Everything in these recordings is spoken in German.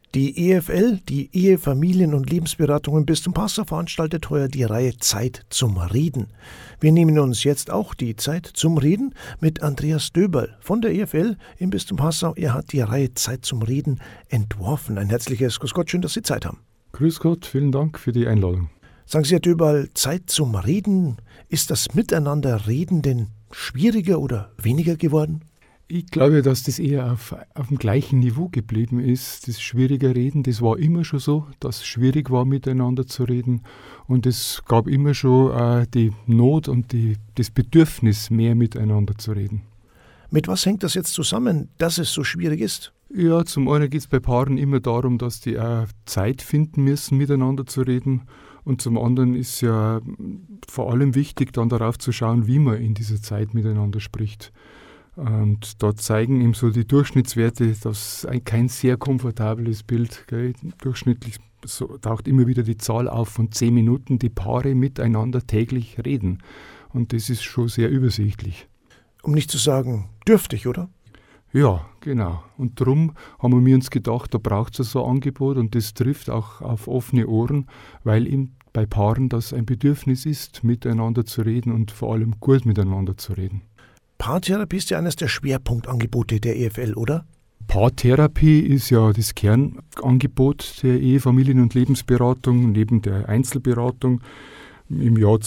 Die EFL, die Ehe-, Familien- und Lebensberatung im Bistum Passau, veranstaltet heuer die Reihe Zeit zum Reden. Wir nehmen uns jetzt auch die Zeit zum Reden mit Andreas Döberl von der EFL im Bistum Passau. Er hat die Reihe Zeit zum Reden entworfen. Ein herzliches Grüß Gott, schön, dass Sie Zeit haben. Grüß Gott, vielen Dank für die Einladung. Sagen Sie, Herr Döberl, Zeit zum Reden, ist das Miteinander-Reden denn schwieriger oder weniger geworden? Ich glaube, dass das eher auf dem gleichen Niveau geblieben ist. Das schwierige Reden, das war immer schon so, dass es schwierig war, miteinander zu reden. Und es gab immer schon die Not und das Bedürfnis, mehr miteinander zu reden. Mit was hängt das jetzt zusammen, dass es so schwierig ist? Ja, zum einen geht es bei Paaren immer darum, dass die auch Zeit finden müssen, miteinander zu reden. Und zum anderen ist ja vor allem wichtig, dann darauf zu schauen, wie man in dieser Zeit miteinander spricht. Und da zeigen eben so die Durchschnittswerte, dass kein sehr komfortables Bild, gell? Durchschnittlich taucht immer wieder die Zahl auf von 10 Minuten, die Paare miteinander täglich reden. Und das ist schon sehr übersichtlich. Um nicht zu sagen dürftig, oder? Ja, genau. Und darum haben wir uns gedacht, da braucht es so ein Angebot und das trifft auch auf offene Ohren, weil eben bei Paaren das ein Bedürfnis ist, miteinander zu reden und vor allem gut miteinander zu reden. Paartherapie ist ja eines der Schwerpunktangebote der EFL, oder? Paartherapie ist ja das Kernangebot der Ehe-, Familien- und Lebensberatung neben der Einzelberatung. Im Jahr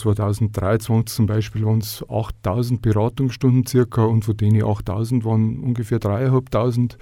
2023 zum Beispiel waren es 8.000 Beratungsstunden circa und von denen 8.000 waren ungefähr 3.500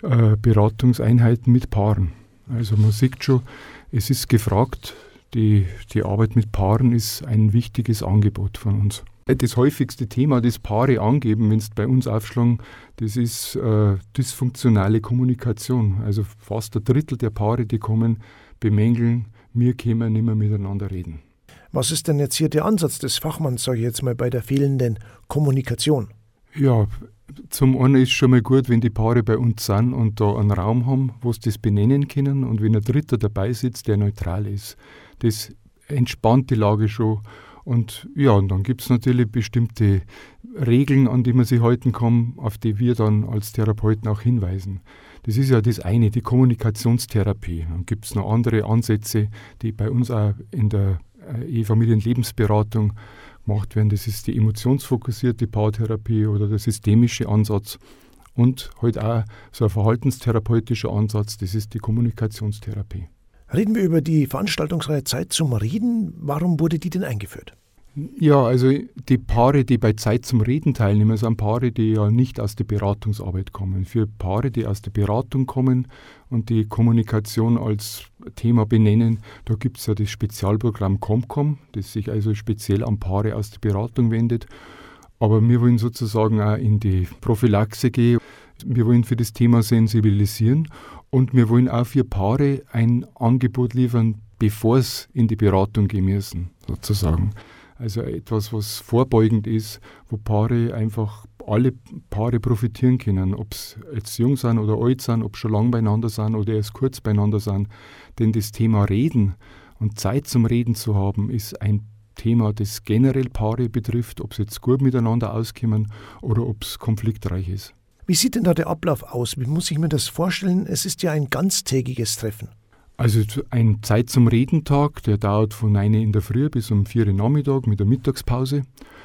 Beratungseinheiten mit Paaren. Also man sieht schon, es ist gefragt, die Arbeit mit Paaren ist ein wichtiges Angebot von uns. Das häufigste Thema, das Paare angeben, wenn es bei uns aufschlagen, das ist dysfunktionale Kommunikation. Also fast 1/3 der Paare, die kommen, bemängeln, wir können nicht mehr miteinander reden. Was ist denn jetzt hier der Ansatz des Fachmanns, sage ich jetzt mal, bei der fehlenden Kommunikation? Ja, zum einen ist schon mal gut, wenn die Paare bei uns sind und da einen Raum haben, wo sie das benennen können und wenn ein Dritter dabei sitzt, der neutral ist. Das entspannt die Lage schon. Und ja, und dann gibt es natürlich bestimmte Regeln, an die man sich halten kann, auf die wir dann als Therapeuten auch hinweisen. Das ist ja das eine, die Kommunikationstherapie. Dann gibt es noch andere Ansätze, die bei uns auch in der Ehe-Familien-Lebensberatung gemacht werden. Das ist die emotionsfokussierte Paartherapie oder der systemische Ansatz. Und halt auch so ein verhaltenstherapeutischer Ansatz, das ist die Kommunikationstherapie. Reden wir über die Veranstaltungsreihe Zeit zum Reden. Warum wurde die denn eingeführt? Ja, also die Paare, die bei Zeit zum Reden teilnehmen, sind Paare, die ja nicht aus der Beratungsarbeit kommen. Für Paare, die aus der Beratung kommen und die Kommunikation als Thema benennen, da gibt es ja das Spezialprogramm ComCom, das sich also speziell an Paare aus der Beratung wendet. Aber wir wollen sozusagen auch in die Prophylaxe gehen. Wir wollen für das Thema sensibilisieren und wir wollen auch für Paare ein Angebot liefern, bevor es in die Beratung gehen müssen, sozusagen. Also etwas, was vorbeugend ist, wo Paare einfach, alle Paare profitieren können, ob es jetzt jung sind oder alt sind, ob sie schon lang beieinander sind oder erst kurz beieinander sind. Denn das Thema Reden und Zeit zum Reden zu haben, ist ein Thema, das generell Paare betrifft, ob sie jetzt gut miteinander auskommen oder ob es konfliktreich ist. Wie sieht denn da der Ablauf aus? Wie muss ich mir das vorstellen? Es ist ja ein ganztägiges Treffen. Also ein Zeit zum Redentag, der dauert von 9 in der Früh bis um 4 Uhr Nachmittag mit der Mittagspause.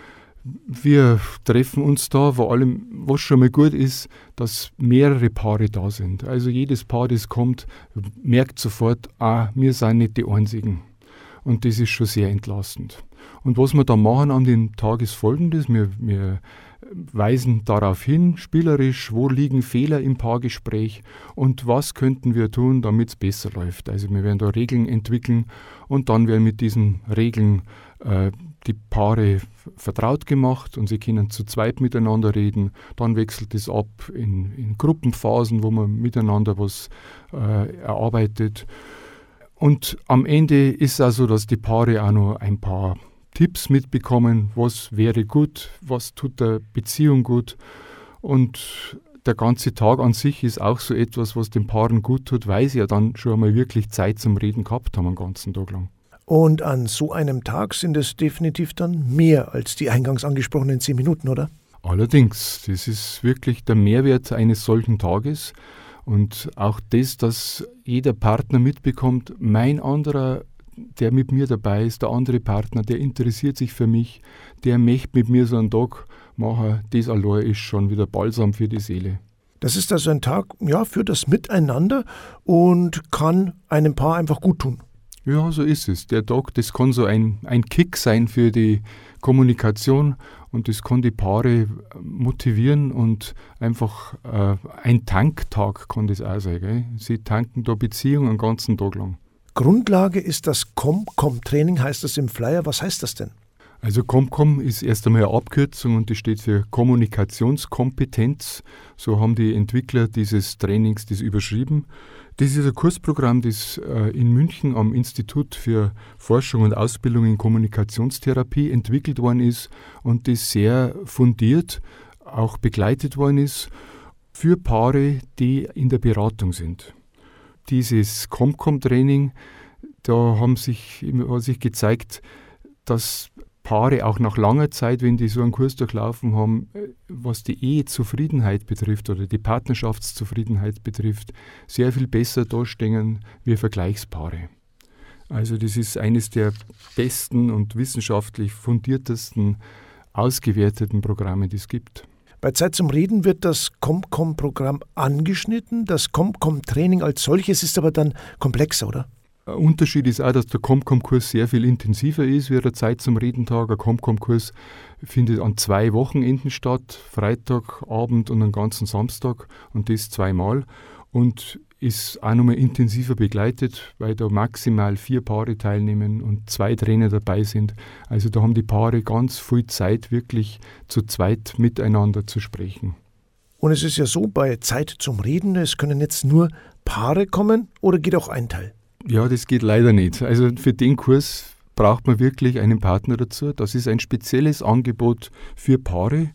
Wir treffen uns da, vor allem, was schon mal gut ist, dass mehrere Paare da sind. Also jedes Paar, das kommt, merkt sofort, wir sind nicht die Einzigen. Und das ist schon sehr entlastend. Und was wir da machen an dem Tag ist Folgendes. Wir weisen darauf hin, spielerisch, wo liegen Fehler im Paargespräch und was könnten wir tun, damit es besser läuft. Also wir werden da Regeln entwickeln und dann werden mit diesen Regeln die Paare vertraut gemacht und sie können zu zweit miteinander reden. Dann wechselt es ab in Gruppenphasen, wo man miteinander was erarbeitet. Und am Ende ist es auch so, dass die Paare auch noch ein paar Tipps mitbekommen, was wäre gut, was tut der Beziehung gut. Und der ganze Tag an sich ist auch so etwas, was den Paaren gut tut, weil sie ja dann schon einmal wirklich Zeit zum Reden gehabt haben, den ganzen Tag lang. Und an so einem Tag sind es definitiv dann mehr als die eingangs angesprochenen 10 Minuten, oder? Allerdings, das ist wirklich der Mehrwert eines solchen Tages. Und auch das, dass jeder Partner mitbekommt, mein anderer, der mit mir dabei ist, der andere Partner, der interessiert sich für mich, der möchte mit mir so einen Tag machen, das allein ist schon wieder Balsam für die Seele. Das ist also ein Tag, ja, für das Miteinander und kann einem Paar einfach gut tun. Ja, so ist es. Der Tag, das kann so ein Kick sein für die Kommunikation und das kann die Paare motivieren und einfach ein Tanktag kann das auch sein. Gell? Sie tanken da Beziehung einen ganzen Tag lang. Grundlage ist das COMCOM-Training, heißt das im Flyer. Was heißt das denn? Also COMCOM ist erst einmal eine Abkürzung und das steht für Kommunikationskompetenz. So haben die Entwickler dieses Trainings das überschrieben. Das ist ein Kursprogramm, das in München am Institut für Forschung und Ausbildung in Kommunikationstherapie entwickelt worden ist und das sehr fundiert auch begleitet worden ist für Paare, die in der Beratung sind. Dieses COMCOM-Training, da hat sich gezeigt, dass Paare auch nach langer Zeit, wenn die so einen Kurs durchlaufen haben, was die Ehezufriedenheit betrifft oder die Partnerschaftszufriedenheit betrifft, sehr viel besser dastehen wie Vergleichspaare. Also das ist eines der besten und wissenschaftlich fundiertesten, ausgewerteten Programme, die es gibt. Bei Zeit zum Reden wird das COMCOM-Programm angeschnitten. Das COMCOM-Training als solches ist aber dann komplexer, oder? Ein Unterschied ist auch, dass der COMCOM-Kurs sehr viel intensiver ist wie der Zeit zum Redentag. Ein COMCOM-Kurs findet an 2 Wochenenden statt, Freitagabend und einen ganzen Samstag und das 2-mal und ist auch nochmal intensiver begleitet, weil da maximal 4 Paare teilnehmen und 2 Trainer dabei sind. Also da haben die Paare ganz viel Zeit, wirklich zu zweit miteinander zu sprechen. Und es ist ja so, bei Zeit zum Reden, es können jetzt nur Paare kommen oder geht auch ein Teil? Ja, das geht leider nicht. Also für den Kurs braucht man wirklich einen Partner dazu. Das ist ein spezielles Angebot für Paare.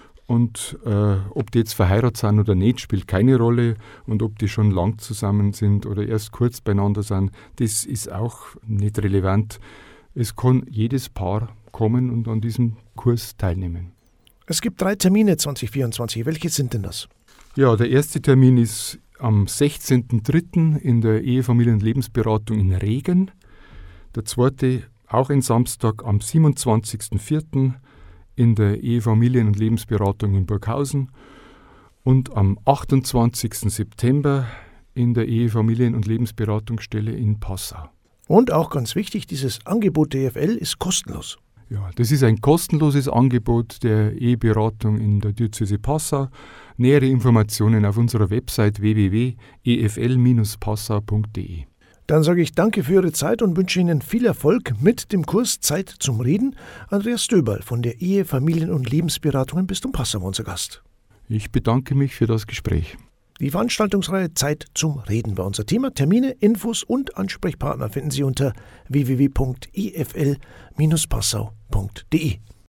Und ob die jetzt verheiratet sind oder nicht, spielt keine Rolle. Und ob die schon lang zusammen sind oder erst kurz beieinander sind, das ist auch nicht relevant. Es kann jedes Paar kommen und an diesem Kurs teilnehmen. Es gibt 3 Termine 2024. Welche sind denn das? Ja, der erste Termin ist am 16.03. in der Ehe-, Familien- und Lebensberatung in Regen. Der zweite, auch ein Samstag, am 27.04. in der Ehe-, Familien- und Lebensberatung in Burghausen. Und am 28. September in der Ehe-, Familien- und Lebensberatungsstelle in Passau. Und auch ganz wichtig, dieses Angebot der EFL ist kostenlos. Ja, das ist ein kostenloses Angebot der Eheberatung in der Diözese Passau. Nähere Informationen auf unserer Website www.efl-passau.de. Dann sage ich danke für Ihre Zeit und wünsche Ihnen viel Erfolg mit dem Kurs Zeit zum Reden. Andreas Stöberl von der Ehe-, Familien- und Lebensberatung in Bistum Passau war unser Gast. Ich bedanke mich für das Gespräch. Die Veranstaltungsreihe Zeit zum Reden war unser Thema. Termine, Infos und Ansprechpartner finden Sie unter www.efl-passau.de.